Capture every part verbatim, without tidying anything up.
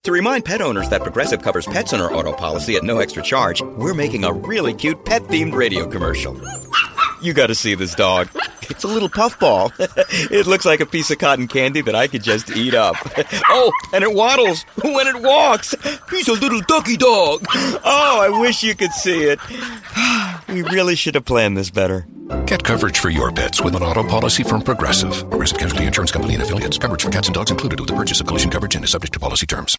To remind pet owners that Progressive covers pets in our auto policy at no extra charge, we're making a really cute pet-themed radio commercial. You gotta see this dog. It's a little puffball. It looks like a piece of cotton candy that I could just eat up. Oh, and it waddles when it walks. He's a little ducky dog. Oh, I wish you could see it. We really should have planned this better. Get coverage for your pets with an auto policy from Progressive. Progressive Casualty Insurance Company and Affiliates. Coverage for cats and dogs included with the purchase of collision coverage and is subject to policy terms.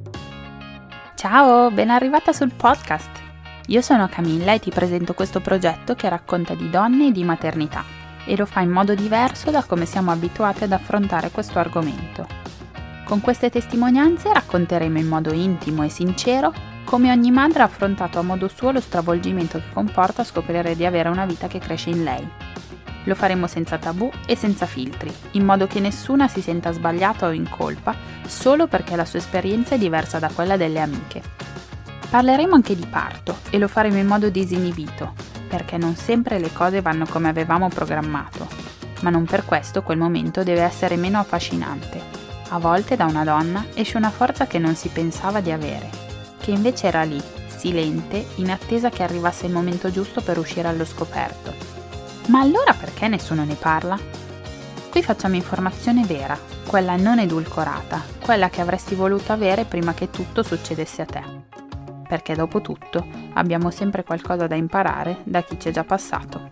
Ciao, ben arrivata sul podcast. Io sono Camilla e ti presento questo progetto che racconta di donne e di maternità e lo fa in modo diverso da come siamo abituati ad affrontare questo argomento. Con queste testimonianze racconteremo in modo intimo e sincero come ogni madre ha affrontato a modo suo lo stravolgimento che comporta scoprire di avere una vita che cresce in lei. Lo faremo senza tabù e senza filtri, in modo che nessuna si senta sbagliata o in colpa solo perché la sua esperienza è diversa da quella delle amiche. Parleremo anche di parto e lo faremo in modo disinibito, perché non sempre le cose vanno come avevamo programmato, ma non per questo quel momento deve essere meno affascinante. A volte da una donna esce una forza che non si pensava di avere, che invece era lì, silente, in attesa che arrivasse il momento giusto per uscire allo scoperto. Ma allora perché nessuno ne parla? Qui facciamo informazione vera, quella non edulcorata, quella che avresti voluto avere prima che tutto succedesse a te. Perché dopo tutto abbiamo sempre qualcosa da imparare da chi ci è già passato.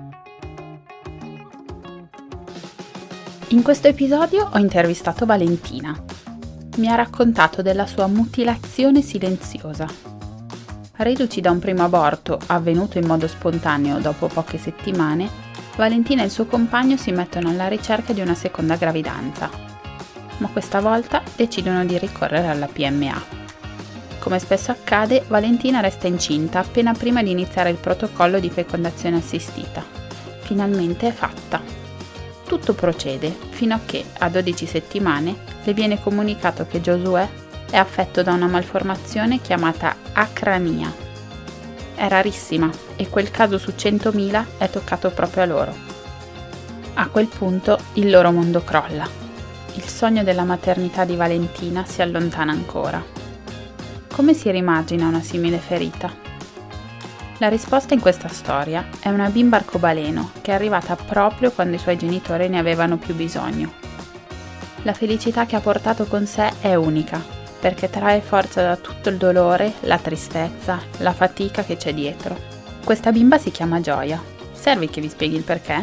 In questo episodio ho intervistato Valentina. Mi ha raccontato della sua mutilazione silenziosa. Reduci da un primo aborto avvenuto in modo spontaneo dopo poche settimane, Valentina e il suo compagno si mettono alla ricerca di una seconda gravidanza, ma questa volta decidono di ricorrere alla P M A. Come spesso accade, Valentina resta incinta appena prima di iniziare il protocollo di fecondazione assistita. Finalmente è fatta. Tutto procede fino a che, a dodici settimane, le viene comunicato che Giosuè è affetto da una malformazione chiamata acrania. È rarissima e quel caso su centomila è toccato proprio a loro. A quel punto il loro mondo crolla. Il sogno della maternità di Valentina si allontana ancora. Come si rimagina una simile ferita? La risposta in questa storia è una bimba arcobaleno che è arrivata proprio quando i suoi genitori ne avevano più bisogno. La felicità che ha portato con sé è unica, perché trae forza da tutto il dolore, la tristezza, la fatica che c'è dietro. Questa bimba si chiama Gioia. Serve che vi spieghi il perché?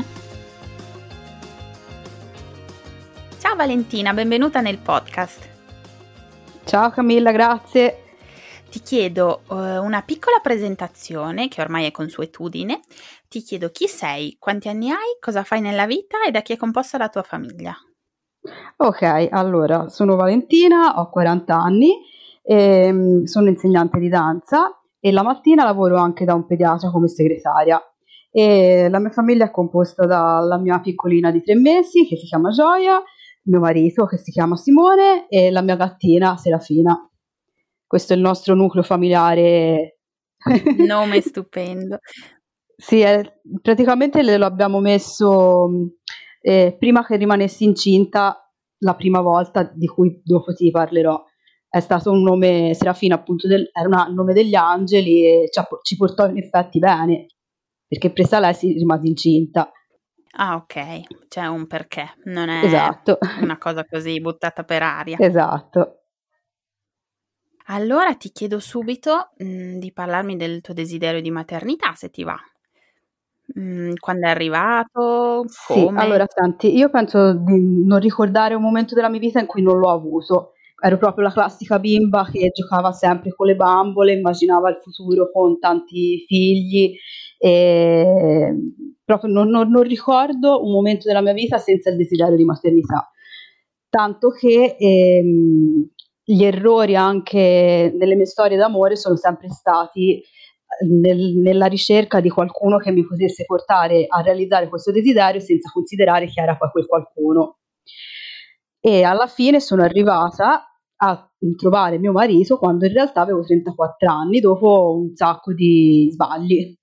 Ciao Valentina, benvenuta nel podcast. Ciao Camilla, grazie. Ti chiedo uh, una piccola presentazione, che ormai è consuetudine. Ti chiedo chi sei, quanti anni hai, cosa fai nella vita e da chi è composta la tua famiglia. Ok, allora, sono Valentina, ho quaranta anni, e, sono insegnante di danza e la mattina lavoro anche da un pediatra come segretaria. E la mia famiglia è composta dalla mia piccolina di tre mesi che si chiama Gioia, mio marito che si chiama Simone e la mia gattina Serafina. Questo è il nostro nucleo familiare. Nome stupendo. Sì, è, praticamente lo abbiamo messo eh, prima che rimanessi incinta la prima volta, di cui dopo ti parlerò. È stato un nome, Serafina appunto, del, era una, il nome degli angeli e ci, ci portò in effetti bene, perché presa lei si rimase incinta. Ah, ok, c'è un perché, non è esatto. Una cosa così buttata per aria. Esatto. Allora ti chiedo subito mh, di parlarmi del tuo desiderio di maternità, se ti va. Mh, quando è arrivato? Sì, Come? allora senti, io penso di non ricordare un momento della mia vita in cui non l'ho avuto. Ero proprio la classica bimba che giocava sempre con le bambole, immaginava il futuro con tanti figli e proprio non, non, non ricordo un momento della mia vita senza il desiderio di maternità. Tanto che ehm, gli errori anche nelle mie storie d'amore sono sempre stati nel, nella ricerca di qualcuno che mi potesse portare a realizzare questo desiderio senza considerare chi era poi quel qualcuno. E alla fine sono arrivata a trovare mio marito quando in realtà avevo trentaquattro anni, dopo un sacco di sbagli.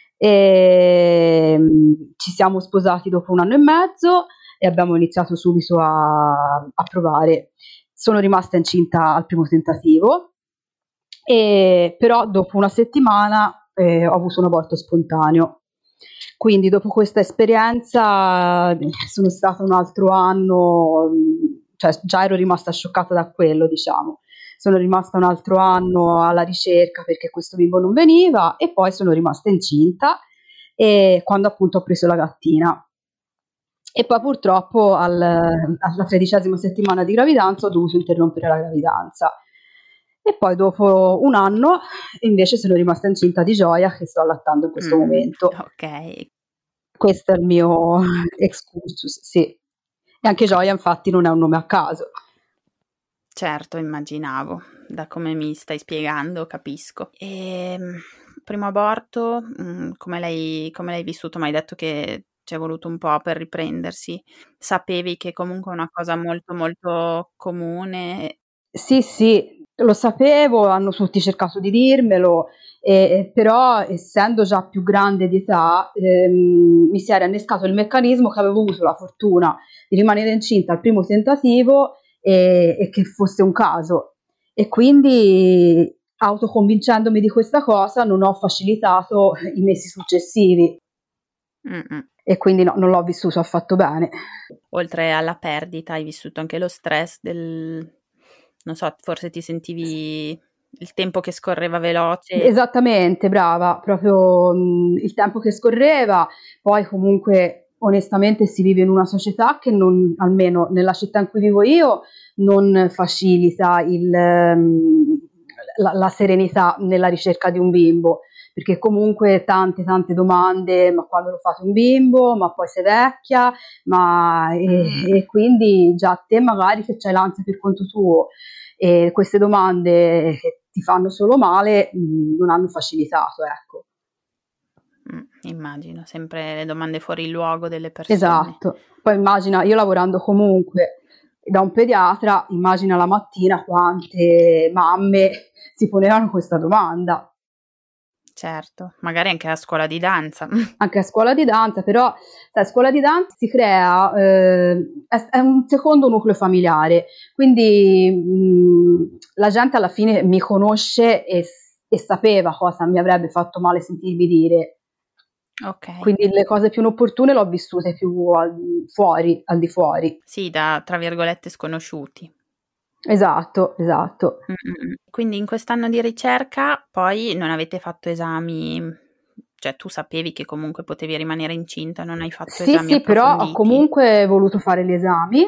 E ci siamo sposati dopo un anno e mezzo e abbiamo iniziato subito a, a provare. sono rimasta incinta al primo tentativo, e però dopo una settimana eh, ho avuto un aborto spontaneo. Quindi dopo questa esperienza sono stata un altro anno, cioè già ero rimasta scioccata da quello, diciamo. Sono rimasta un altro anno alla ricerca perché questo bimbo non veniva, e poi sono rimasta incinta e quando appunto ho preso la gattina. E poi purtroppo al, alla tredicesima settimana di gravidanza ho dovuto interrompere la gravidanza. E poi dopo un anno invece sono rimasta incinta di Gioia, che sto allattando in questo Mm, momento. ok. Questo è il mio excursus, sì. E anche Gioia infatti non è un nome a caso. Certo, immaginavo, da come mi stai spiegando, capisco. E primo aborto, mh, come l'hai, come l'hai vissuto? Mi hai detto che ci è voluto un po' per riprendersi. Sapevi che comunque è una cosa molto molto comune? Sì, sì, lo sapevo, hanno tutti cercato di dirmelo, eh, però essendo già più grande di età ehm, mi si era innescato il meccanismo che avevo avuto la fortuna di rimanere incinta al primo tentativo e, e che fosse un caso, e quindi autoconvincendomi di questa cosa non ho facilitato i mesi successivi. Mm-mm. E quindi no, non l'ho vissuto affatto bene. Oltre alla perdita, hai vissuto anche lo stress del, non so, forse ti sentivi il tempo che scorreva veloce. Esattamente, brava, proprio mh, il tempo che scorreva. Poi comunque onestamente si vive in una società che non, almeno nella città in cui vivo io, non facilita il, um, la, la serenità nella ricerca di un bimbo, perché comunque tante tante domande: ma quando lo fate un bimbo, ma poi sei vecchia, ma e, Mm. e quindi già te magari che c'hai l'ansia per conto tuo e queste domande che ti fanno solo male mh, non hanno facilitato, ecco. Mm, immagino, sempre le domande fuori luogo delle persone. Esatto. Poi immagina, io lavorando comunque da un pediatra, immagina la mattina quante mamme si ponevano questa domanda. Certo, magari anche a scuola di danza. Anche a scuola di danza, però sai, a scuola di danza si crea, eh, è, è un secondo nucleo familiare, quindi mh, la gente alla fine mi conosce e, e sapeva cosa mi avrebbe fatto male sentirmi dire. Ok. Quindi le cose più inopportune l'ho vissute più al, fuori, al di fuori. Sì, da tra virgolette sconosciuti. Esatto, esatto. Mm-mm. Quindi in quest'anno di ricerca poi non avete fatto esami, cioè tu sapevi che comunque potevi rimanere incinta, non hai fatto Sì, esami sì, però ho approfonditi? comunque voluto fare gli esami,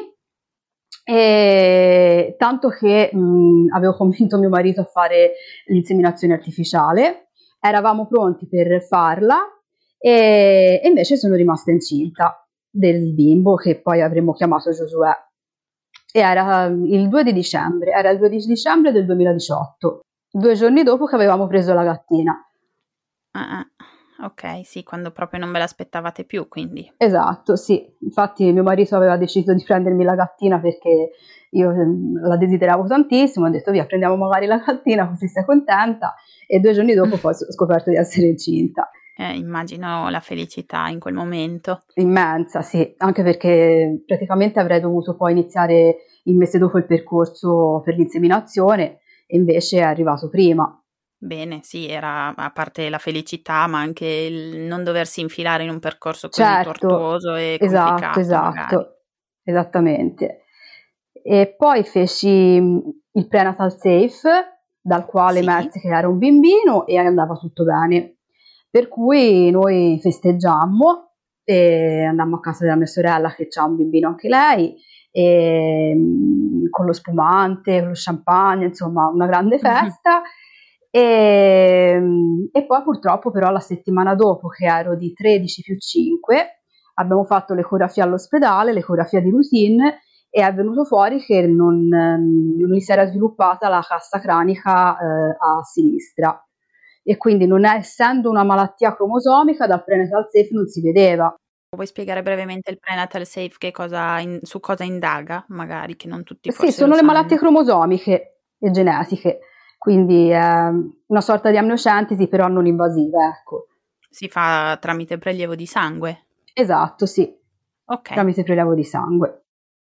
e tanto che mh, avevo convinto mio marito a fare l'inseminazione artificiale, eravamo pronti per farla e, e invece sono rimasta incinta del bimbo che poi avremmo chiamato Giosuè. E era il due di dicembre, era il due di dicembre del duemiladiciotto, due giorni dopo che avevamo preso la gattina. Ah, ah. Ok, sì, quando proprio non ve l'aspettavate più, quindi. Esatto, sì, infatti mio marito aveva deciso di prendermi la gattina perché io ehm, la desideravo tantissimo, ho detto via, prendiamo magari la gattina così sei contenta, e due giorni dopo poi ho scoperto di essere incinta. Eh, immagino la felicità in quel momento. Immensa, sì, anche perché praticamente avrei dovuto poi iniziare il mese dopo il percorso per l'inseminazione e invece è arrivato prima. Bene, sì, era a parte la felicità, ma anche il non doversi infilare in un percorso così Certo, tortuoso e esatto, complicato, magari. esatto, esattamente. E poi feci mh, il prenatal safe, dal quale Sì. emerse che era un bambino e andava tutto bene. Per cui noi festeggiammo e andammo a casa della mia sorella che ha un bambino anche lei, e, mh, con lo spumante, con lo champagne, insomma una grande festa. E, e poi purtroppo però la settimana dopo, che ero di tredici più cinque, abbiamo fatto l'ecografia all'ospedale, l'ecografia di routine, e è venuto fuori che non, non gli si era sviluppata la cassa cranica eh, a sinistra, e quindi non è, essendo una malattia cromosomica, dal prenatal safe non si vedeva. Vuoi spiegare brevemente il prenatal safe, che cosa in, su cosa indaga? Magari che non tutti Sì, forse sono lo le sanno. malattie cromosomiche e genetiche, quindi è una sorta di amniocentesi però non invasiva, ecco. Si fa tramite prelievo di sangue? Esatto, sì, Ok. tramite prelievo di sangue.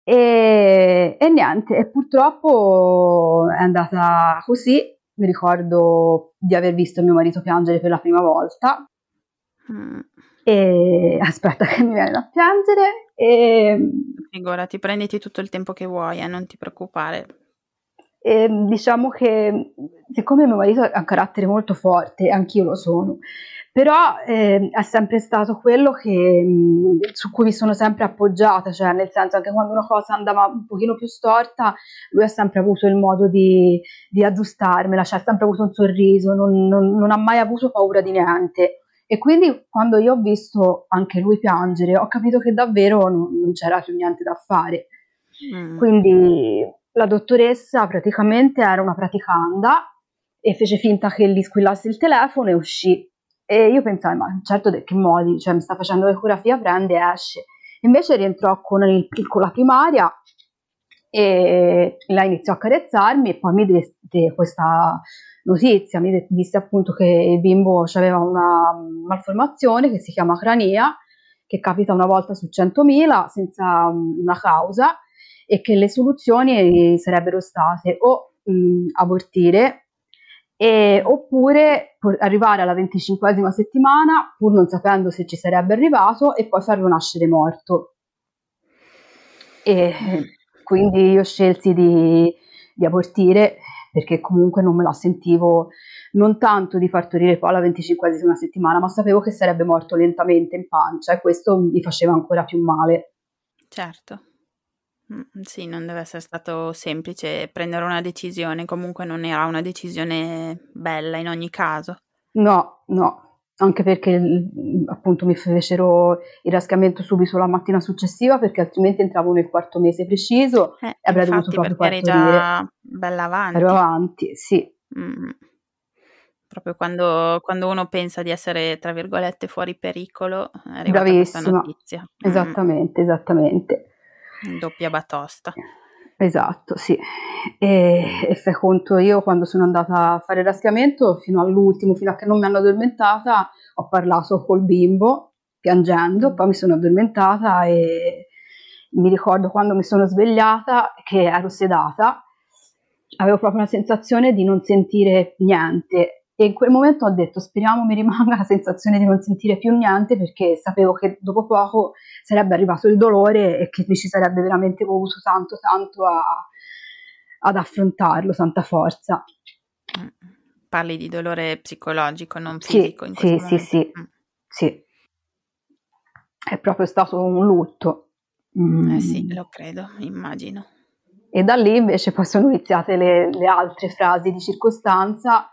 E, e niente, e purtroppo è andata così. Mi ricordo di aver visto mio marito piangere per la prima volta. Mm. E aspetta che mi viene da piangere. E figurati, prenditi tutto il tempo che vuoi, eh, non ti preoccupare. E diciamo che siccome mio marito ha un carattere molto forte, anch'io lo sono, però eh, è sempre stato quello che, su cui mi sono sempre appoggiata, cioè nel senso, anche quando una cosa andava un pochino più storta, lui ha sempre avuto il modo di, di aggiustarmela, cioè ha sempre avuto un sorriso, non, non, non ha mai avuto paura di niente. E quindi quando io ho visto anche lui piangere, ho capito che davvero non, non c'era più niente da fare. Mm. Quindi la dottoressa praticamente era una praticanda e fece finta che gli squillasse il telefono e uscì. E io pensai, ma certo, che modi, cioè mi sta facendo l'ecografia, prende e esce. Invece rientrò con, il, con la primaria e la iniziò a carezzarmi e poi mi dette questa notizia, mi disse appunto che il bimbo aveva una malformazione che si chiama crania, che capita una volta su centomila senza una causa, e che le soluzioni sarebbero state o mh, abortire e, oppure arrivare alla venticinquesima settimana pur non sapendo se ci sarebbe arrivato e poi farlo nascere morto. E quindi io scelsi di, di abortire perché comunque non me la sentivo, non tanto di partorire poi alla venticinquesima settimana, ma sapevo che sarebbe morto lentamente in pancia e questo mi faceva ancora più male. Certo. Sì, non deve essere stato semplice prendere una decisione, comunque non era una decisione bella in ogni caso. No, no, anche perché appunto mi fecero il raschiamento subito la mattina successiva perché altrimenti entravo nel quarto mese preciso eh, e avrei infatti, dovuto proprio perché partorire. Eri già bella avanti. Ero avanti, sì. Mm. Proprio quando, quando uno pensa di essere, tra virgolette, fuori pericolo, è arrivata Bravissima. questa notizia. Esattamente, mm. esattamente. Doppia batosta. Esatto, sì. E, e fai conto, io quando sono andata a fare il raschiamento, fino all'ultimo, fino a che non mi hanno addormentata, ho parlato col bimbo, piangendo, mm. poi mi sono addormentata e mi ricordo quando mi sono svegliata che ero sedata, avevo proprio la sensazione di non sentire niente. E in quel momento ho detto, speriamo mi rimanga la sensazione di non sentire più niente, perché sapevo che dopo poco sarebbe arrivato il dolore e che mi ci sarebbe veramente voluto tanto tanto a, ad affrontarlo, tanta forza. Parli di dolore psicologico, non fisico, sì, in questo sì, momento. Sì, sì, mm. sì. È proprio stato un lutto. Mm. Eh sì, lo credo, immagino. E da lì invece poi sono iniziate le, le altre frasi di circostanza,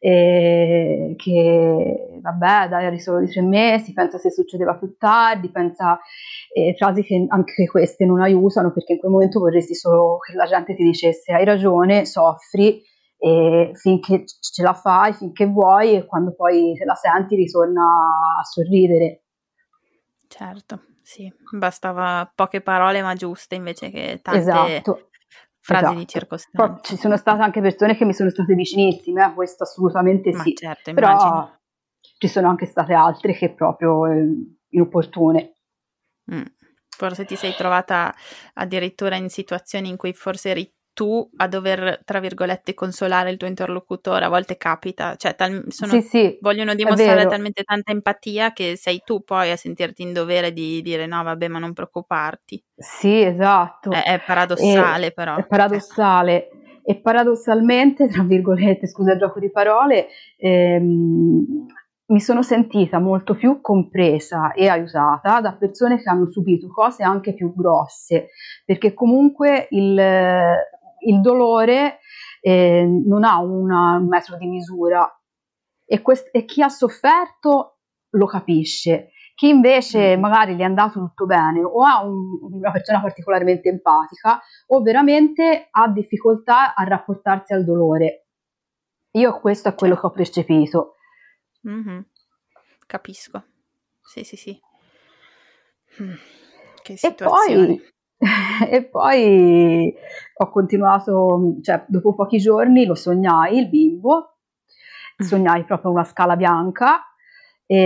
eh, che vabbè dai, eri solo di tre mesi, pensa se succedeva più tardi, pensa eh, frasi che anche queste non aiutano, perché in quel momento vorresti solo che la gente ti dicesse hai ragione, soffri, e finché ce la fai, finché vuoi, e quando poi te la senti ritorna a sorridere. Certo, sì, bastava poche parole ma giuste invece che tante esatto. frasi esatto. di circostanza. Poi ci sono state anche persone che mi sono state vicinissime, eh? Questo assolutamente Ma sì, certo, però immagino. ci sono anche state altre che proprio eh, inopportune. Mm. Forse ti sei trovata addirittura in situazioni in cui forse eri tu a dover, tra virgolette, consolare il tuo interlocutore. A volte capita, cioè tal- sono, sì, sì, vogliono dimostrare talmente tanta empatia che sei tu poi a sentirti in dovere di dire no vabbè ma non preoccuparti. Sì, esatto. È, è paradossale e, però. È paradossale. E paradossalmente, tra virgolette, scusa il gioco di parole, ehm, mi sono sentita molto più compresa e aiutata da persone che hanno subito cose anche più grosse, perché comunque il, il dolore eh, non ha una, un metro di misura e, quest- e chi ha sofferto lo capisce. Chi invece magari gli è andato tutto bene o ha un, una persona particolarmente empatica o veramente ha difficoltà a rapportarsi al dolore. Io questo è quello certo. che ho percepito. Mm-hmm. Capisco. Sì, sì, sì. Mm. Che situazione. E poi, e poi ho continuato, cioè dopo pochi giorni lo sognai, il bimbo, sognai proprio una scala bianca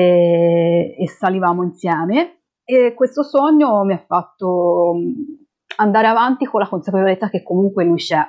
e, e salivamo insieme e questo sogno mi ha fatto andare avanti con la consapevolezza che comunque lui c'è.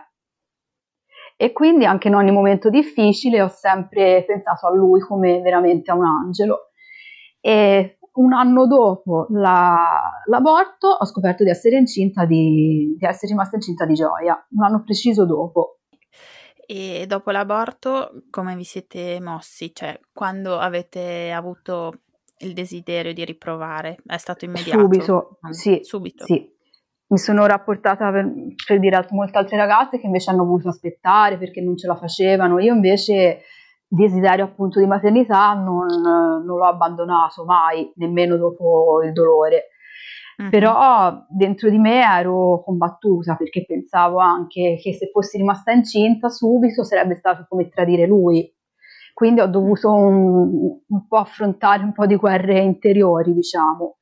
E quindi anche in ogni momento difficile ho sempre pensato a lui come veramente a un angelo. E un anno dopo la, l'aborto ho scoperto di essere incinta di, di essere rimasta incinta di Gioia, un anno preciso dopo. E dopo l'aborto come vi siete mossi? Cioè, quando avete avuto il desiderio di riprovare? È stato immediato? Subito, sì, Subito. sì. Mi sono rapportata per, per dire a molte altre ragazze che invece hanno voluto aspettare perché non ce la facevano. Io invece desiderio appunto di maternità non, non l'ho abbandonato mai, nemmeno dopo il dolore. Mm-hmm. Però dentro di me ero combattuta perché pensavo anche che se fossi rimasta incinta subito sarebbe stato come tradire lui. Quindi ho dovuto un, un po' affrontare un po' di guerre interiori, diciamo.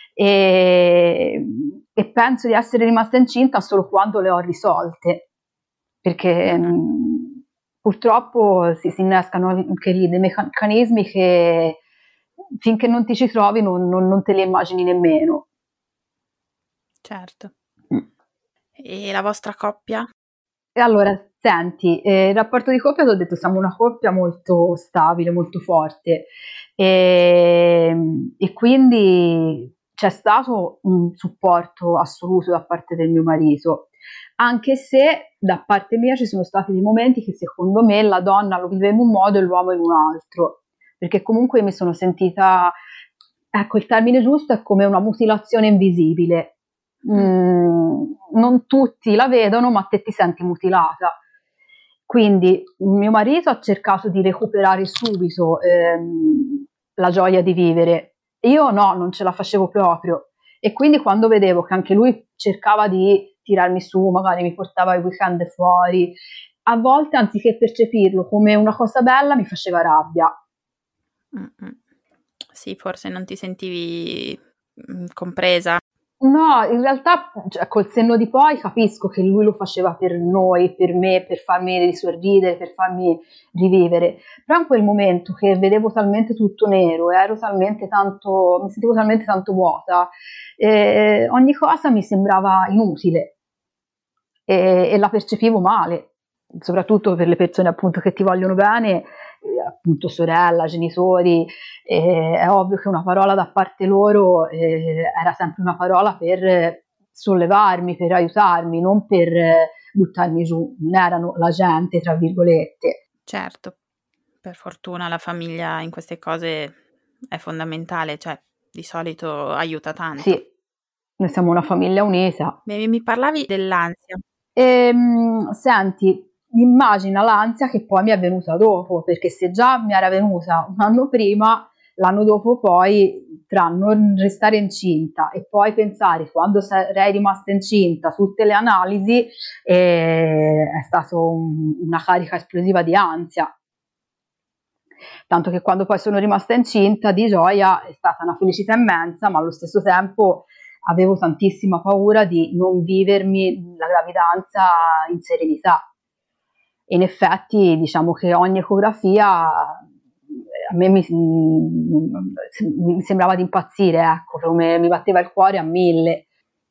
E, e penso di essere rimasta incinta solo quando le ho risolte, perché mh, purtroppo si, si innescano anche lì dei meccanismi che finché non ti ci trovi non, non, non te li immagini nemmeno. Certo. Mm. E la vostra coppia? E allora, senti, eh, il rapporto di coppia, ti ho detto, siamo una coppia molto stabile, molto forte, e, e quindi c'è stato un supporto assoluto da parte del mio marito, anche se da parte mia ci sono stati dei momenti che secondo me la donna lo vive in un modo e l'uomo in un altro, perché comunque mi sono sentita, ecco, il termine giusto è come una mutilazione invisibile. Mm, non tutti la vedono, ma te ti senti mutilata. Quindi mio marito ha cercato di recuperare subito ehm, la gioia di vivere. Io no, non ce la facevo proprio. E quindi quando vedevo che anche lui cercava di tirarmi su, magari mi portava i weekend fuori, a volte anziché percepirlo come una cosa bella mi faceva rabbia. Mm-mm. Sì, forse non ti sentivi mh, compresa. No, in realtà cioè, col senno di poi capisco che lui lo faceva per noi, per me, per farmi risorridere, per farmi rivivere, però in quel momento che vedevo talmente tutto nero, ero talmente tanto, mi sentivo talmente tanto vuota, eh, ogni cosa mi sembrava inutile e, e la percepivo male, soprattutto per le persone appunto che ti vogliono bene, appunto sorella, genitori, eh, è ovvio che una parola da parte loro eh, era sempre una parola per sollevarmi, per aiutarmi, non per eh, buttarmi giù, non erano la gente, tra virgolette. Certo, per fortuna la famiglia in queste cose è fondamentale, cioè di solito aiuta tanto. Sì, noi siamo una famiglia unita. Mi, mi parlavi dell'ansia. Ehm, senti, immagina l'ansia che poi mi è venuta dopo, perché se già mi era venuta un anno prima, l'anno dopo poi tra non restare incinta e poi pensare quando sarei rimasta incinta, tutte le analisi, eh, è stata un, una carica esplosiva di ansia. Tanto che quando poi sono rimasta incinta di Gioia è stata una felicità immensa, ma allo stesso tempo avevo tantissima paura di non vivermi la gravidanza in serenità. E in effetti diciamo che ogni ecografia a me mi, mi sembrava di impazzire, ecco, come mi batteva il cuore a mille.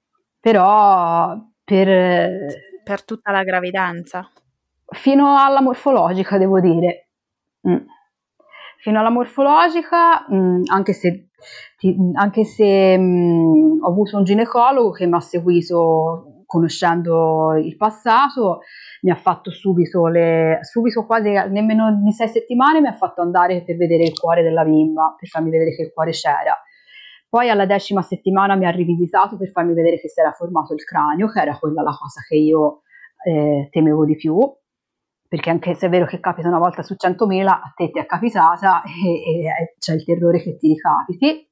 Però per... Per tutta la gravidanza? Fino alla morfologica, devo dire. Mm. Fino alla morfologica, mh, anche se, ti, anche se mh, ho avuto un ginecologo che mi ha seguito conoscendo il passato, mi ha fatto subito, le, subito quasi nemmeno di sei settimane, mi ha fatto andare per vedere il cuore della bimba, per farmi vedere che il cuore c'era. Poi alla decima settimana mi ha rivisitato per farmi vedere che si era formato il cranio, che era quella la cosa che io eh, temevo di più. Perché anche se è vero che capita una volta su centomila, a te ti è capitata e, e c'è il terrore che ti ricapiti.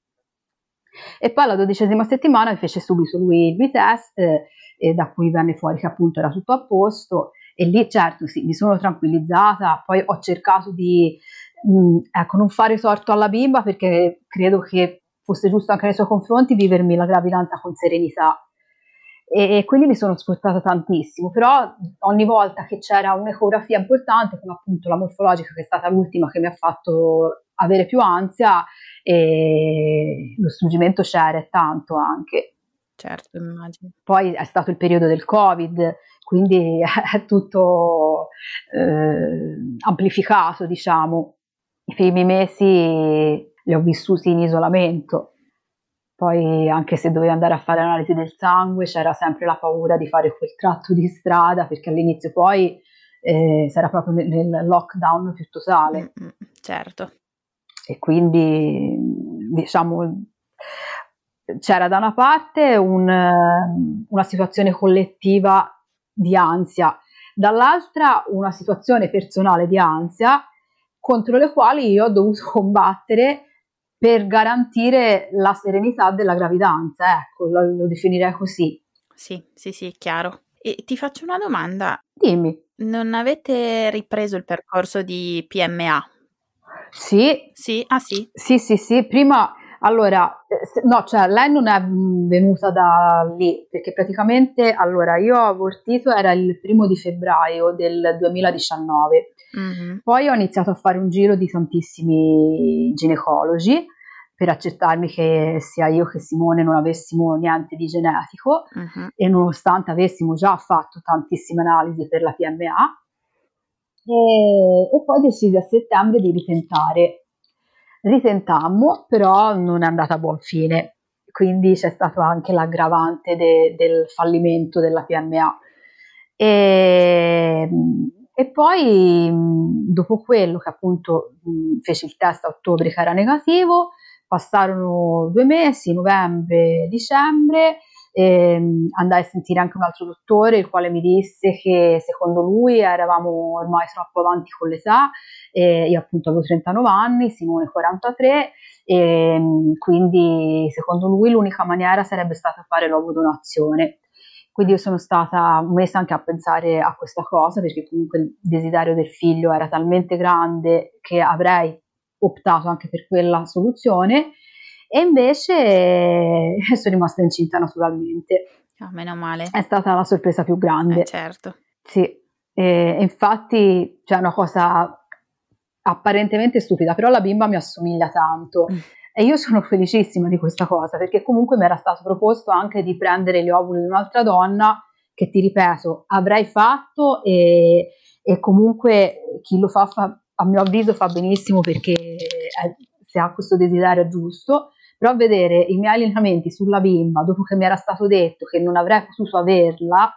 E poi alla dodicesima settimana mi fece subito lui il B-test, eh, e da cui venne fuori che appunto era tutto a posto, e lì certo sì, mi sono tranquillizzata, poi ho cercato di mh, ecco, non fare torto alla bimba, perché credo che fosse giusto anche nei suoi confronti vivermi la gravidanza con serenità. E quindi mi sono sforzata tantissimo, però ogni volta che c'era un'ecografia importante, come appunto la morfologica, che è stata l'ultima che mi ha fatto avere più ansia, e lo struggimento c'era e tanto anche. certo, immagino. Poi è stato il periodo del Covid, quindi è tutto eh, amplificato, diciamo. I primi mesi li ho vissuti in isolamento, poi anche se dovevo andare a fare analisi del sangue c'era sempre la paura di fare quel tratto di strada, perché all'inizio poi eh, si era proprio nel, nel lockdown più totale. Mm-mm, certo. E quindi, diciamo, c'era da una parte un, una situazione collettiva di ansia, dall'altra una situazione personale di ansia contro le quali io ho dovuto combattere per garantire la serenità della gravidanza, ecco, lo, lo definirei così. Sì, sì, sì, chiaro. E ti faccio una domanda. Dimmi. Non avete ripreso il percorso di P M A? Sì. Sì? Ah sì? Sì, sì, sì, prima, allora, no, cioè lei non è venuta da lì, perché praticamente, allora, io ho abortito, era il primo di febbraio del duemiladiciannove, mm-hmm. Poi ho iniziato a fare un giro di tantissimi ginecologi per accertarmi che sia io che Simone non avessimo niente di genetico, mm-hmm. E nonostante avessimo già fatto tantissime analisi per la P M A, e, e poi decisi a settembre di ritentare. Ritentammo, però non è andata a buon fine, quindi c'è stato anche l'aggravante de, del fallimento della P M A. E, e poi dopo quello che appunto feci il test a ottobre che era negativo, passarono due mesi, novembre, dicembre, e andai a sentire anche un altro dottore, il quale mi disse che secondo lui eravamo ormai troppo avanti con l'età, e io appunto avevo trentanove anni, Simone quarantatré, e quindi secondo lui l'unica maniera sarebbe stata fare l'ovodonazione. Quindi io sono stata messa anche a pensare a questa cosa, perché comunque il desiderio del figlio era talmente grande che avrei optato anche per quella soluzione, e invece sono rimasta incinta naturalmente. Oh, meno male. È stata la sorpresa più grande. Eh, certo. Sì, e infatti c'è una cosa apparentemente stupida, però la bimba mi assomiglia tanto. Mm. E io sono felicissima di questa cosa, perché comunque mi era stato proposto anche di prendere gli ovuli di un'altra donna, che ti ripeto, avrei fatto, e, e comunque chi lo fa, fa, a mio avviso fa benissimo, perché è, se ha questo desiderio è giusto. Però vedere i miei allenamenti sulla bimba dopo che mi era stato detto che non avrei potuto averla,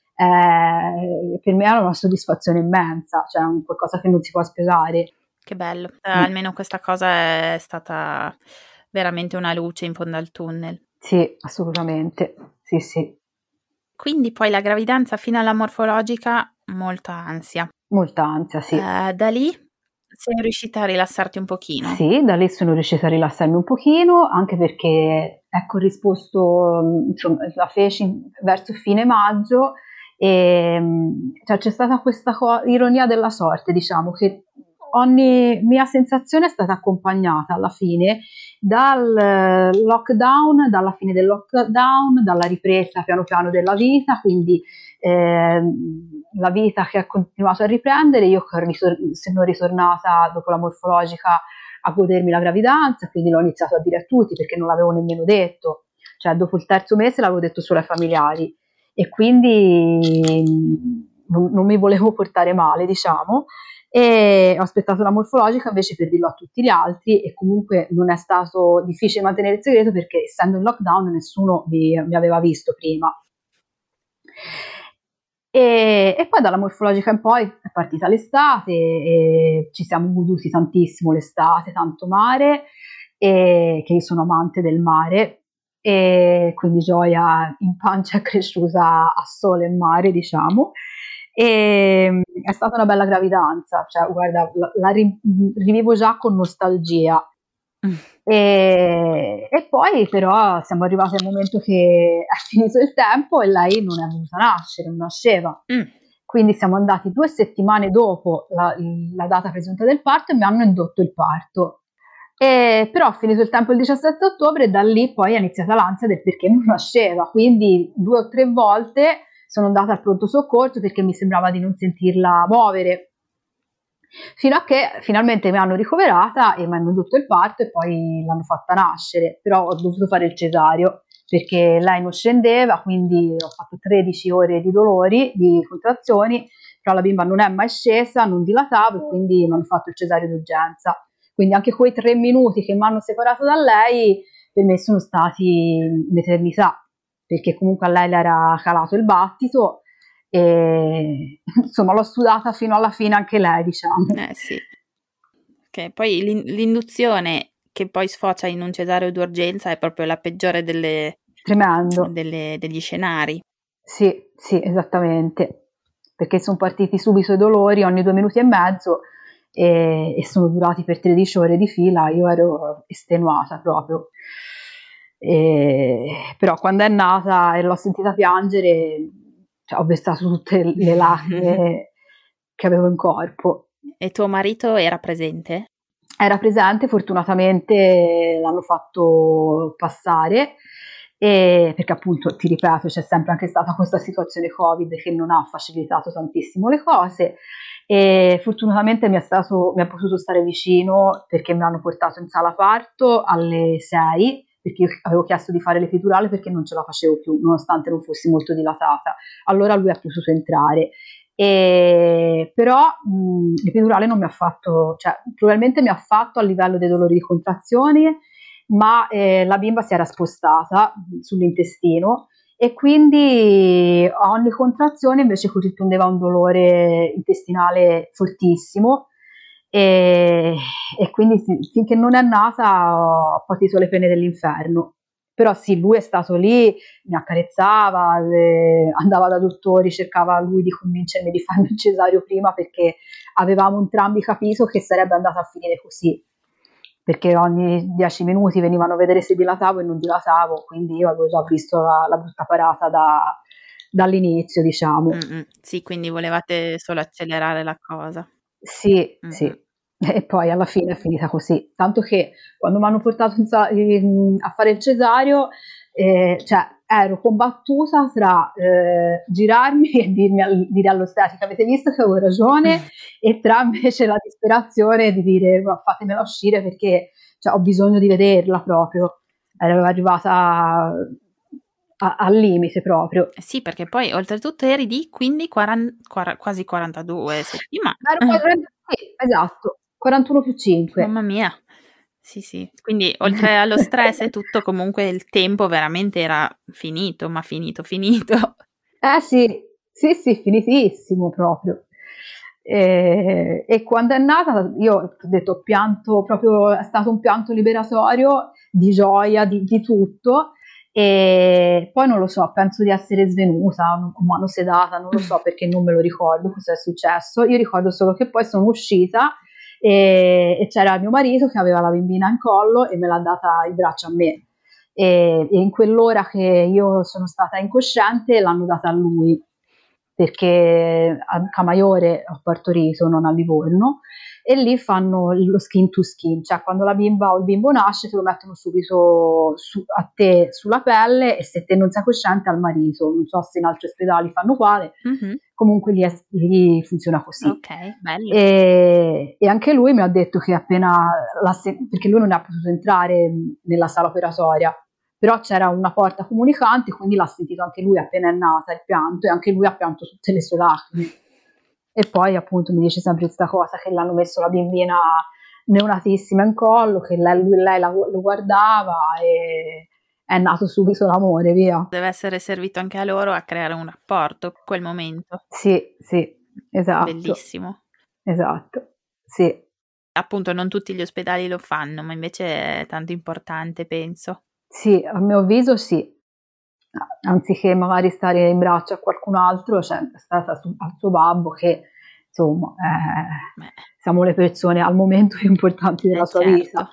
eh, per me era una soddisfazione immensa, cioè un qualcosa che non si può spiegare. Che bello, eh, mm. almeno questa cosa è stata veramente una luce in fondo al tunnel. Sì, assolutamente, sì sì. Quindi poi la gravidanza fino alla morfologica, molta ansia. Molta ansia, sì. Eh, da lì sei riuscita a rilassarti un pochino? Sì, da lì sono riuscita a rilassarmi un pochino, anche perché è corrisposto, insomma, la feci verso fine maggio, e cioè, c'è stata questa co- ironia della sorte, diciamo, che ogni mia sensazione è stata accompagnata alla fine dal lockdown, dalla fine del lockdown, dalla ripresa piano piano della vita, quindi eh, la vita che ha continuato a riprendere, io sono ritornata dopo la morfologica a godermi la gravidanza, quindi l'ho iniziato a dire a tutti, perché non l'avevo nemmeno detto, cioè dopo il terzo mese l'avevo detto solo ai familiari, e quindi non, non mi volevo portare male, diciamo, e ho aspettato la morfologica invece per dirlo a tutti gli altri, e comunque non è stato difficile mantenere il segreto, perché essendo in lockdown nessuno mi, mi aveva visto prima. E, e poi dalla morfologica in poi è partita l'estate, e ci siamo goduti tantissimo l'estate, tanto mare, e che io sono amante del mare, e quindi Gioia in pancia è cresciuta a sole e mare, diciamo, e è stata una bella gravidanza, cioè guarda, la, la rivivo già con nostalgia. Mm. E, e poi però siamo arrivati al momento che è finito il tempo e lei non è venuta a nascere, non nasceva. Mm. Quindi siamo andati due settimane dopo la, la data presunta del parto e mi hanno indotto il parto. E, però ho finito il tempo il diciassette ottobre, e da lì poi è iniziata l'ansia del perché non nasceva, quindi due o tre volte sono andata al pronto soccorso perché mi sembrava di non sentirla muovere, fino a che finalmente mi hanno ricoverata e mi hanno indotto il parto e poi l'hanno fatta nascere, però ho dovuto fare il cesareo perché lei non scendeva, quindi ho fatto tredici ore di dolori, di contrazioni, però la bimba non è mai scesa, non dilatavo e quindi non ho fatto il cesareo d'urgenza. Quindi anche quei tre minuti che mi hanno separato da lei per me sono stati un'eternità, perché comunque a lei le era calato il battito e insomma l'ho sudata fino alla fine anche lei, diciamo. Eh sì, che poi l'in- l'induzione che poi sfocia in un cesareo d'urgenza è proprio la peggiore delle, Tremendo. delle- degli scenari. Sì, sì, esattamente, perché sono partiti subito i dolori ogni due minuti e mezzo e, e sono durati per tredici ore di fila, io ero estenuata proprio. E, però quando è nata e l'ho sentita piangere, cioè, ho versato tutte le lacrime che avevo in corpo. E tuo marito era presente? Era presente, fortunatamente l'hanno fatto passare, e, perché appunto, ti ripeto, c'è sempre anche stata questa situazione Covid che non ha facilitato tantissimo le cose, e fortunatamente mi è, stato, mi è potuto stare vicino perché mi hanno portato in sala parto alle sei, perché io avevo chiesto di fare l'epidurale perché non ce la facevo più, nonostante non fossi molto dilatata. Allora lui ha potuto entrare. E, però mh, l'epidurale non mi ha fatto, cioè probabilmente mi ha fatto a livello dei dolori di contrazioni, ma eh, la bimba si era spostata sull'intestino e quindi a ogni contrazione invece corrispondeva un dolore intestinale fortissimo e, e quindi finché non è nata ho patito le pene dell'inferno. Però sì, lui è stato lì, mi accarezzava, eh, andava da dottori, cercava lui di convincermi di farmi il cesareo prima perché avevamo entrambi capito che sarebbe andata a finire così, perché ogni dieci minuti venivano a vedere se dilatavo e non dilatavo, quindi io avevo già visto la, la brutta parata da, dall'inizio, diciamo. Mm-mm. Sì, quindi volevate solo accelerare la cosa. Sì, Mm-mm. sì. E poi alla fine è finita così, tanto che quando mi hanno portato in sala, in, a fare il cesareo, eh, cioè ero combattuta tra eh, girarmi e dirmi al, dire all'ostetrica avete visto che avevo ragione e tra invece la disperazione di dire fatemela uscire perché cioè, ho bisogno di vederla proprio, ero arrivata a, al limite proprio. Sì, perché poi oltretutto eri di quindi quaranta, quaranta, quasi quarantadue settimane. Ero quaranta, sì, esatto, quarantuno più cinque. Mamma mia. Sì, sì. Quindi oltre allo stress e tutto, comunque il tempo veramente era finito, ma finito, finito. Eh sì, sì, sì, finitissimo proprio. E, e quando è nata, io ho detto, ho pianto proprio, è stato un pianto liberatorio di gioia, di, di tutto. E poi non lo so, penso di essere svenuta, o mano sedata, non lo so perché non me lo ricordo cosa è successo. Io ricordo solo che poi sono uscita e, e c'era mio marito che aveva la bambina in collo e me l'ha data in braccio a me. E, e in quell'ora che io sono stata incosciente l'hanno data a lui, perché a Camaiore ho partorito, non a Livorno, e lì fanno lo skin to skin, cioè quando la bimba o il bimbo nasce te lo mettono subito su, a te sulla pelle e se te non sei cosciente al marito, non so se in altri ospedali fanno uguale, mm-hmm. Comunque lì, è, lì funziona così. Ok, bello. E, e anche lui mi ha detto che appena, la, perché lui non è potuto entrare nella sala operatoria, però c'era una porta comunicante, quindi l'ha sentito anche lui appena è nata il pianto e anche lui ha pianto tutte le sue lacrime. E poi appunto mi dice sempre questa cosa che l'hanno messo la bambina neonatissima in collo, che lei, lui, lei la, lo guardava e è nato subito l'amore, via. Deve essere servito anche a loro a creare un rapporto quel momento. Sì, sì, esatto. Bellissimo. Esatto, sì. Appunto non tutti gli ospedali lo fanno, ma invece è tanto importante, penso. Sì, a mio avviso sì. Anziché magari stare in braccio a qualcun altro, cioè è stata su, al suo babbo che insomma eh, siamo le persone al momento più importanti della eh, sua certo. vita.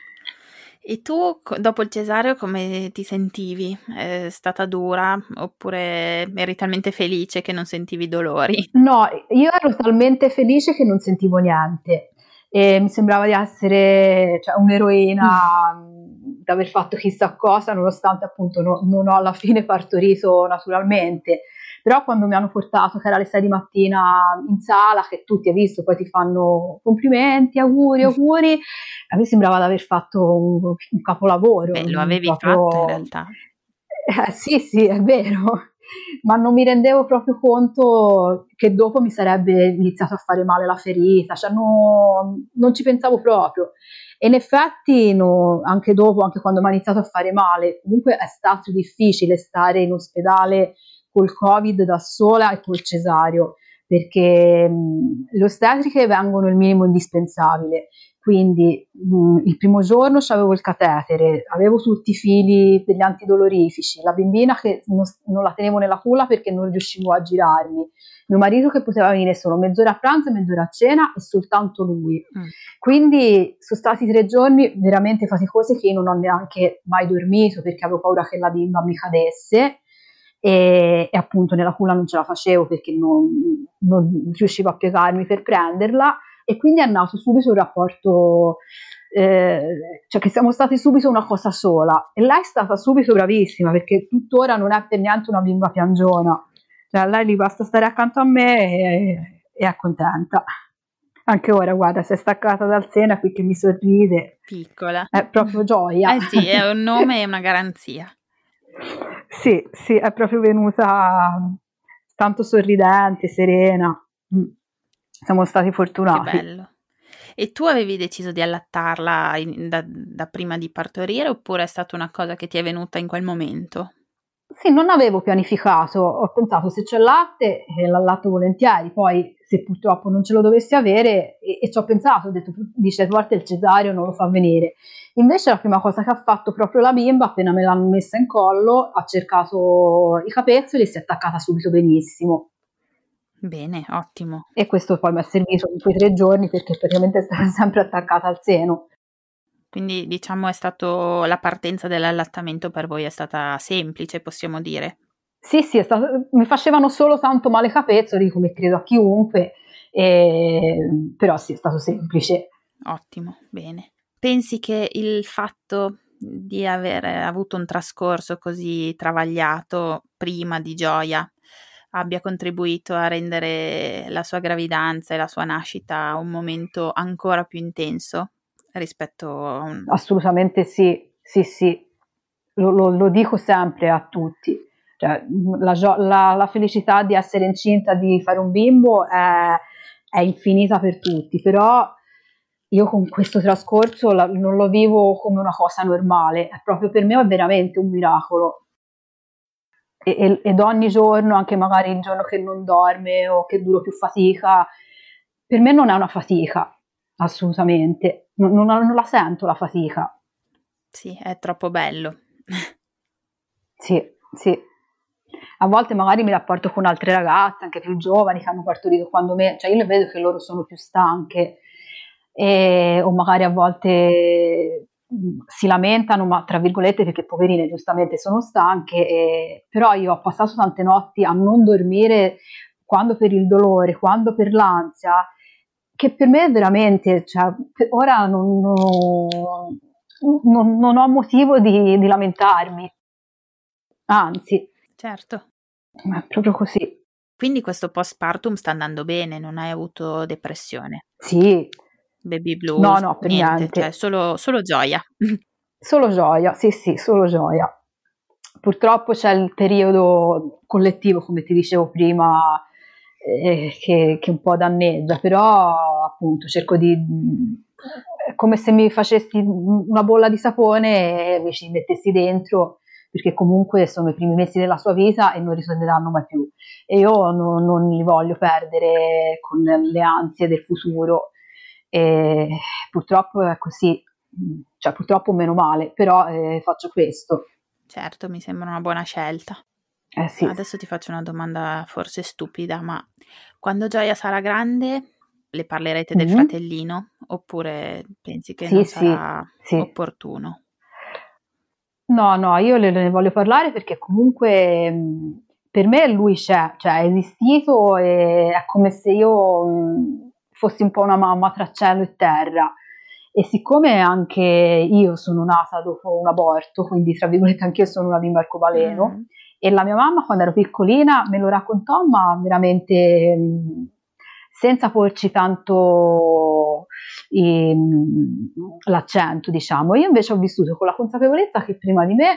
E tu dopo il cesareo come ti sentivi? È stata dura oppure eri talmente felice che non sentivi dolori? No, io ero talmente felice che non sentivo niente e mi sembrava di essere cioè, un'eroina mm. di aver fatto chissà cosa, nonostante appunto no, non ho alla fine partorito naturalmente. Però quando mi hanno portato, che era alle sei di mattina in sala, che tutti hai visto, poi ti fanno complimenti, auguri, auguri, a me sembrava di aver fatto un, un capolavoro. Beh, lo avevi proprio... fatto in realtà. Eh, sì, sì, è vero, ma non mi rendevo proprio conto che dopo mi sarebbe iniziato a fare male la ferita, cioè no- non ci pensavo proprio. E in effetti no, anche dopo, anche quando mi ha iniziato a fare male, comunque è stato difficile stare in ospedale col Covid da sola e col cesareo, perché mh, le ostetriche vengono il minimo indispensabile. Quindi mh, il primo giorno avevo il catetere, avevo tutti i fili degli antidolorifici, la bambina che non, non la tenevo nella culla perché non riuscivo a girarmi, mio marito che poteva venire solo mezz'ora a pranzo e mezz'ora a cena e soltanto lui. Mm. Quindi sono stati tre giorni veramente faticosi che io non ho neanche mai dormito perché avevo paura che la bimba mi cadesse e, e appunto nella culla non ce la facevo perché non, non riuscivo a piegarmi per prenderla. E quindi è nato subito un rapporto, eh, cioè che siamo stati subito una cosa sola. E lei è stata subito bravissima perché tuttora non è per niente una bimba piangiona. Cioè a lei gli basta stare accanto a me e, e è contenta. Anche ora, guarda, si è staccata dal seno qui che mi sorride. Piccola. È proprio gioia. Eh sì, è un nome e una garanzia. Sì, sì, è proprio venuta tanto sorridente, serena. Mm. Siamo stati Che fortunati. bello. E tu avevi deciso di allattarla in- da, da prima di partorire oppure è stata una cosa che ti è venuta in quel momento? Sì, non avevo pianificato, ho pensato se c'è il latte, eh, l'allatto volentieri, poi se purtroppo non ce lo dovessi avere, e, e ci ho pensato, ho detto, dice, a volte il cesareo non lo fa venire. Invece la prima cosa che ha fatto proprio la bimba, appena me l'hanno messa in collo, ha cercato i capezzoli e si è attaccata subito benissimo. Bene, ottimo. E questo poi mi è servito in quei tre giorni perché praticamente è stata sempre attaccata al seno. Quindi diciamo è stato la partenza dell'allattamento per voi è stata semplice, possiamo dire. Sì, sì, è stato, mi facevano solo tanto male i capezzoli, come credo a chiunque, e, però sì, è stato semplice. Ottimo, bene. Pensi che il fatto di aver avuto un trascorso così travagliato prima di Gioia abbia contribuito a rendere la sua gravidanza e la sua nascita un momento ancora più intenso rispetto a un... Assolutamente sì, sì, sì, lo, lo- lo dico sempre a tutti. Cioè, la, gio- la- la felicità di essere incinta, di fare un bimbo è, è infinita per tutti, però io con questo trascorso la- non lo vivo come una cosa normale, è proprio per me è veramente un miracolo. E, e- ed ogni giorno, anche magari il giorno che non dorme o che duro più fatica, per me non è una fatica, assolutamente, non, non- non la sento la fatica. Sì, è troppo bello. Sì, sì. A volte magari mi rapporto con altre ragazze, anche più giovani, che hanno partorito quando me, cioè io le vedo che loro sono più stanche, e, o magari a volte mh, si lamentano, ma tra virgolette perché poverine giustamente sono stanche, e, però io ho passato tante notti a non dormire, quando per il dolore, quando per l'ansia, che per me veramente, cioè, per ora non, non- non- non ho motivo di, di lamentarmi, anzi, Certo. è proprio così. Quindi questo postpartum sta andando bene, non hai avuto depressione, Sì, baby no, blues, no, per niente, cioè niente. solo, solo gioia. Solo gioia, sì, sì, solo gioia. Purtroppo c'è il periodo collettivo, come ti dicevo prima, eh, che, che un po' danneggia, però appunto cerco di... è come se mi facessi una bolla di sapone e mi ci mettessi dentro, perché comunque sono i primi mesi della sua vita e non ritorneranno mai più. E io non, non li voglio perdere con le ansie del futuro. E purtroppo è così, cioè purtroppo meno male, però eh, faccio questo. Certo, mi sembra una buona scelta. Eh sì. Adesso ti faccio una domanda forse stupida, ma quando Gioia sarà grande le parlerete del Mm. fratellino oppure pensi che Sì, non sì, sarà sì. opportuno? No, no, io le, ne voglio parlare perché comunque mh, per me lui c'è, cioè è esistito e è come se io mh, fossi un po' una mamma tra cielo e terra. E siccome anche io sono nata dopo un aborto, quindi tra virgolette anche io sono una bimba arcobaleno, Mm. e la mia mamma quando ero piccolina me lo raccontò, ma veramente mh, senza porci tanto ehm, l'accento, diciamo. Io invece ho vissuto con la consapevolezza che prima di me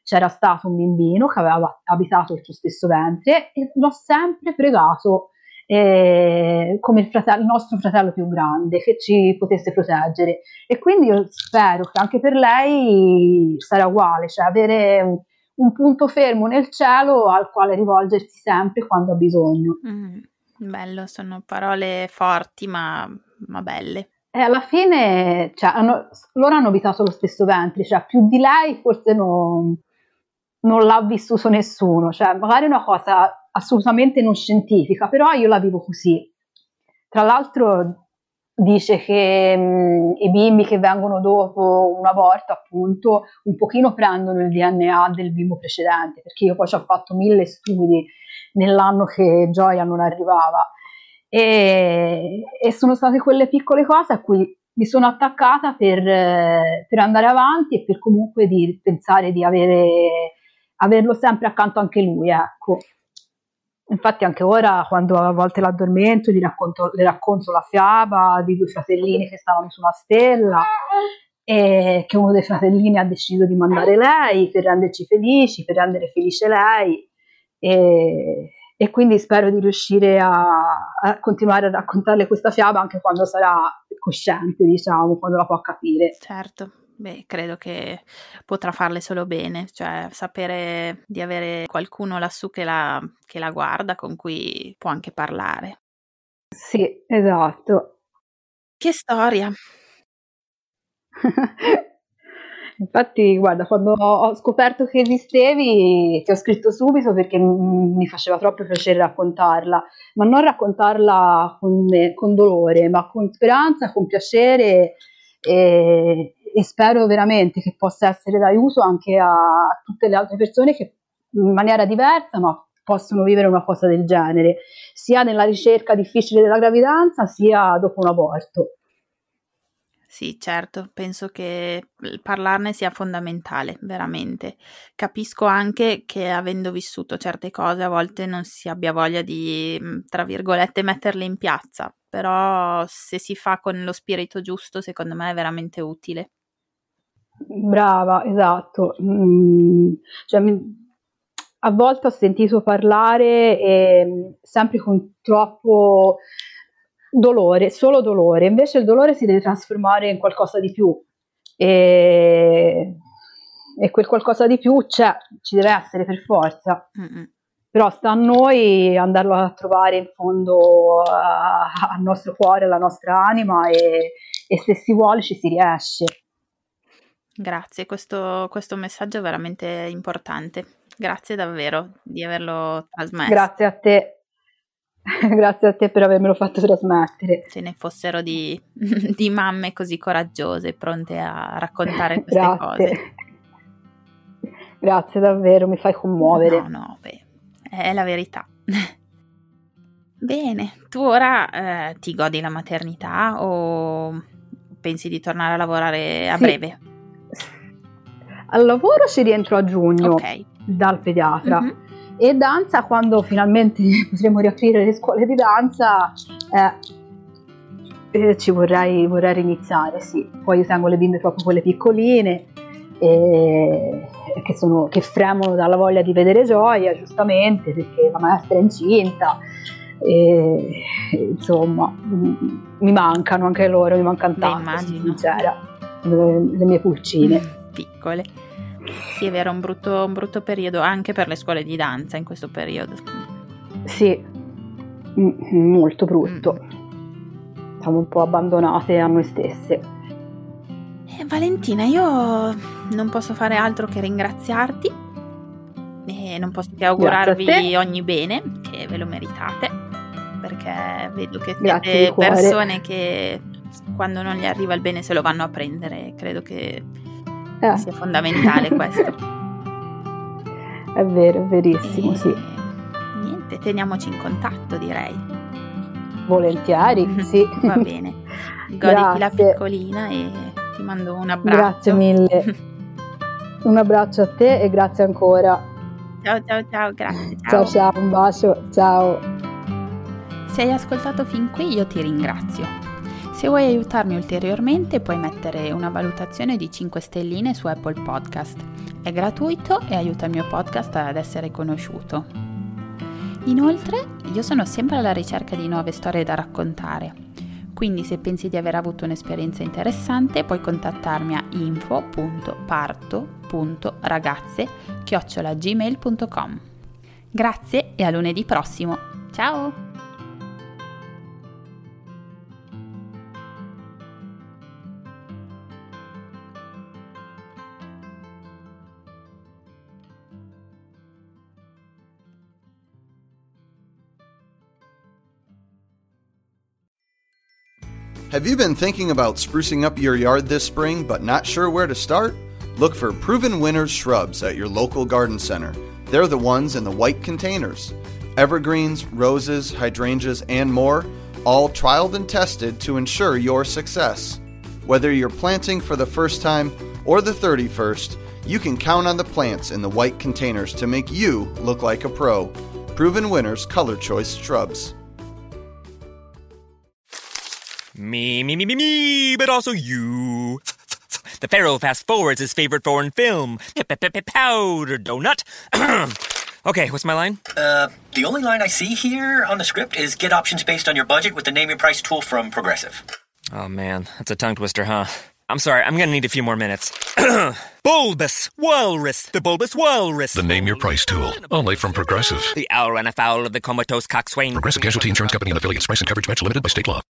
c'era stato un bimbino che aveva abitato il tuo stesso ventre e l'ho sempre pregato eh, come il, fratello, il nostro fratello più grande, che ci potesse proteggere. E quindi io spero che anche per lei sarà uguale, cioè avere un, un punto fermo nel cielo al quale rivolgersi sempre quando ha bisogno. Mm, bello, sono parole forti ma, ma belle. E alla fine, cioè, hanno, loro hanno abitato lo stesso ventre, cioè più di lei forse non, non l'ha vissuto nessuno, cioè magari è una cosa assolutamente non scientifica, però io la vivo così. Tra l'altro dice che mh, i bimbi che vengono dopo un aborto, appunto, un pochino prendono il D N A del bimbo precedente, perché io poi ci ho fatto mille studi nell'anno che Gioia non arrivava. E, e sono state quelle piccole cose a cui mi sono attaccata per, per andare avanti e per comunque di pensare di avere, averlo sempre accanto anche lui, ecco. Infatti anche ora quando a volte l'addormento gli racconto, le racconto la fiaba di due fratellini che stavano su una stella e che uno dei fratellini ha deciso di mandare lei per renderci felici, per rendere felice lei, e E quindi spero di riuscire a, a continuare a raccontarle questa fiaba anche quando sarà cosciente, diciamo, quando la può capire. Certo, beh, credo che potrà farle solo bene, cioè sapere di avere qualcuno lassù che la, che la guarda, con cui può anche parlare. Sì, esatto. Che storia! Infatti, guarda, quando ho scoperto che esistevi, ti ho scritto subito perché mi faceva troppo piacere raccontarla, ma non raccontarla con, con dolore, ma con speranza, con piacere, e, e spero veramente che possa essere d'aiuto anche a, a tutte le altre persone che in maniera diversa, ma possono vivere una cosa del genere, sia nella ricerca difficile della gravidanza, sia dopo un aborto. Sì, certo, penso che parlarne sia fondamentale, veramente. Capisco anche che avendo vissuto certe cose a volte non si abbia voglia di, tra virgolette, metterle in piazza, però se si fa con lo spirito giusto, secondo me è veramente utile. Brava, esatto. Mm, cioè, mi, a volte ho sentito parlare e, sempre con troppo dolore, solo dolore, invece il dolore si deve trasformare in qualcosa di più e, e quel qualcosa di più c'è, ci deve essere per forza. Mm-mm. Però sta a noi andarlo a trovare in fondo a, al nostro cuore, alla nostra anima e, e se si vuole ci si riesce. Grazie, questo, questo messaggio è veramente importante, grazie davvero di averlo trasmesso. Grazie a te. Grazie a te per avermelo fatto trasmettere. Ce ne fossero di, di mamme così coraggiose, pronte a raccontare queste Grazie. cose. Grazie davvero, mi fai commuovere. No, no, beh, è la verità. Bene, tu ora eh, ti godi la maternità o pensi di tornare a lavorare a sì. breve? Al lavoro ci rientro a giugno, okay. Dal pediatra. Mm-hmm. E danza, quando finalmente potremo riaprire le scuole di danza, eh, eh, ci vorrei, vorrei riniziare, sì. Poi io tengo le bimbe proprio quelle piccoline, eh, che, sono, che fremono dalla voglia di vedere Gioia, giustamente, perché la maestra è incinta, e, insomma, mi mancano anche loro, mi mancano tanto, sono sincera, le, le mie pulcine. Piccole. Sì, è vero, un brutto, un brutto periodo anche per le scuole di danza in questo periodo. Sì, m- molto brutto. Mm. Siamo un po' abbandonate a noi stesse. Eh, Valentina, io non posso fare altro che ringraziarti e non posso che augurarvi ogni bene, che ve lo meritate, perché vedo che siete persone che quando non gli arriva il bene se lo vanno a prendere. Credo che Eh. sia fondamentale questo. È vero, è verissimo, e... sì. Niente, teniamoci in contatto, direi. Volentieri, sì. Va bene. Goditi la piccolina e ti mando un abbraccio. Grazie mille. Un abbraccio a te e grazie ancora. Ciao ciao ciao, grazie. Ciao ciao, ciao un bacio, ciao. Se hai ascoltato fin qui io ti ringrazio. Se vuoi aiutarmi ulteriormente puoi mettere una valutazione di cinque stelline su Apple Podcast. È gratuito e aiuta il mio podcast ad essere conosciuto. Inoltre, io sono sempre alla ricerca di nuove storie da raccontare, quindi se pensi di aver avuto un'esperienza interessante puoi contattarmi a info punto parto punto ragazze chiocciola gmail punto com. Grazie e a lunedì prossimo. Ciao! Have you been thinking about sprucing up your yard this spring but not sure where to start? Look for Proven Winners shrubs at your local garden center. They're the ones in the white containers. Evergreens, roses, hydrangeas, and more, all trialed and tested to ensure your success. Whether you're planting for the first time or the thirty-first, you can count on the plants in the white containers to make you look like a pro. Proven Winners Color Choice Shrubs. Me, me, me, me, me, but also you. The Pharaoh fast forwards his favorite foreign film, Powder Donut. Okay, what's my line? Uh, the only line I see here on the script is get options based on your budget with the Name Your Price tool from Progressive. Oh man, that's a tongue twister, huh? I'm sorry, I'm gonna need a few more minutes. Bulbous Walrus, the Bulbous Walrus. The Name Your Price tool, only from Progressive. The owl ran afoul of the comatose coxswain. Progressive Casualty Insurance Company and affiliates. Price and coverage match limited by state law.